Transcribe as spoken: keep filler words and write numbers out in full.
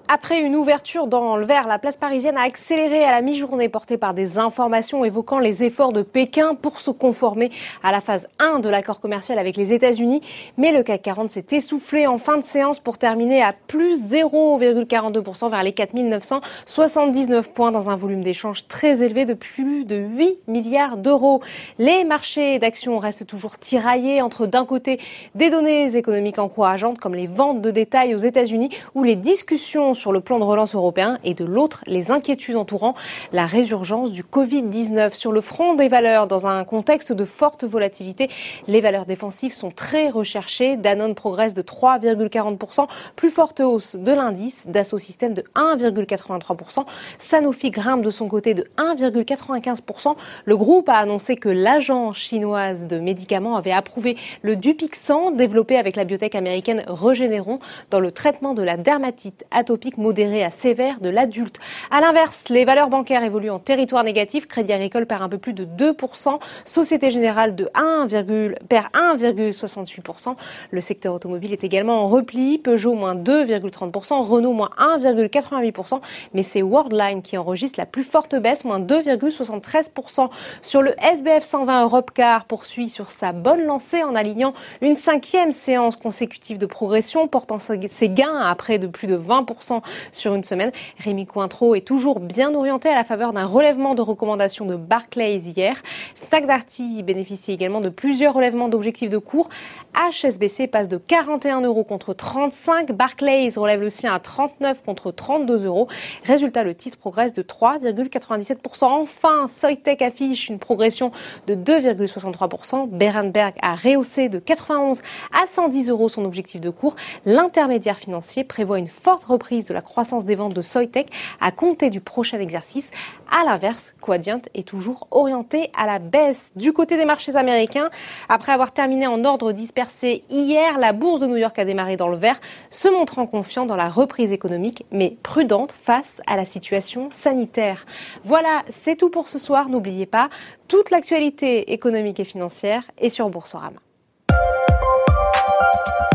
Après une ouverture dans le vert, la place parisienne a accéléré à la mi-journée, portée par des informations évoquant les efforts de Pékin pour se conformer à la phase un de l'accord commercial avec les États-Unis. Mais le C A C quarante s'est essoufflé en fin de séance pour terminer à plus zéro virgule quarante-deux pour cent vers les quatre mille neuf cent soixante-dix-neuf points dans un volume d'échange très élevé de plus de huit milliards d'euros. Les marchés d'actions restent toujours tiraillés entre d'un côté des données économiques encourageantes comme les ventes de détail aux États-Unis ou les discussions sur le plan de relance européen et de l'autre, les inquiétudes entourant la résurgence du covid dix-neuf. Sur le front des valeurs, dans un contexte de forte volatilité, les valeurs défensives sont très recherchées. Danone progresse de trois virgule quarante pour cent, plus forte hausse de l'indice, Dassault Systèmes de un virgule quatre-vingt-trois pour cent, Sanofi grimpe de son côté de un virgule quatre-vingt-quinze pour cent. Le groupe a annoncé que l'agence chinoise de médicaments avait approuvé le Dupixent, développé avec la biotech américaine Regeneron, dans le traitement de la dermatite atopique modérée à sévère de l'adulte. À l'inverse, les valeurs bancaires évoluent en territoire négatif. Crédit Agricole perd un peu plus de deux pour cent. Société Générale de un, perd un virgule soixante-huit pour cent. Le secteur automobile est également en repli. Peugeot moins deux virgule trente pour cent. Renault moins un virgule quatre-vingt-huit pour cent. Mais c'est Worldline qui enregistre la plus forte baisse, moins deux virgule soixante-treize pour cent. Sur le S B F cent vingt, Europcar poursuit sur sa bonne lancée en alignant une cinquième séance consécutive de progression, portant ses gains à près de plus de vingt pour cent sur une semaine. Rémi Cointreau est toujours bien orienté à la faveur d'un relèvement de recommandations de Barclays hier. Fnac Darty bénéficie également de plusieurs relèvements d'objectifs de cours. H S B C passe de quarante et un euros contre trente-cinq. Barclays relève le sien à trente-neuf contre trente-deux euros. Résultat, le titre progresse de trois virgule quatre-vingt-dix-sept pour cent. Enfin, Soitec affiche une progression de deux virgule soixante-trois pour cent. Berenberg a rehaussé de quatre-vingt-onze à cent dix euros son objectif de cours. L'intermédiaire financier prévoit une forte reprise de la croissance des ventes de Soitec à compter du prochain exercice. À l'inverse, Quadient est toujours orienté à la baisse. Du côté des marchés américains, après avoir terminé en ordre dispersé hier, la bourse de New York a démarré dans le vert, se montrant confiant dans la reprise économique, mais prudente face à la situation sanitaire. Voilà, c'est tout pour ce soir. N'oubliez pas, toute l'actualité économique et financière est sur Boursorama.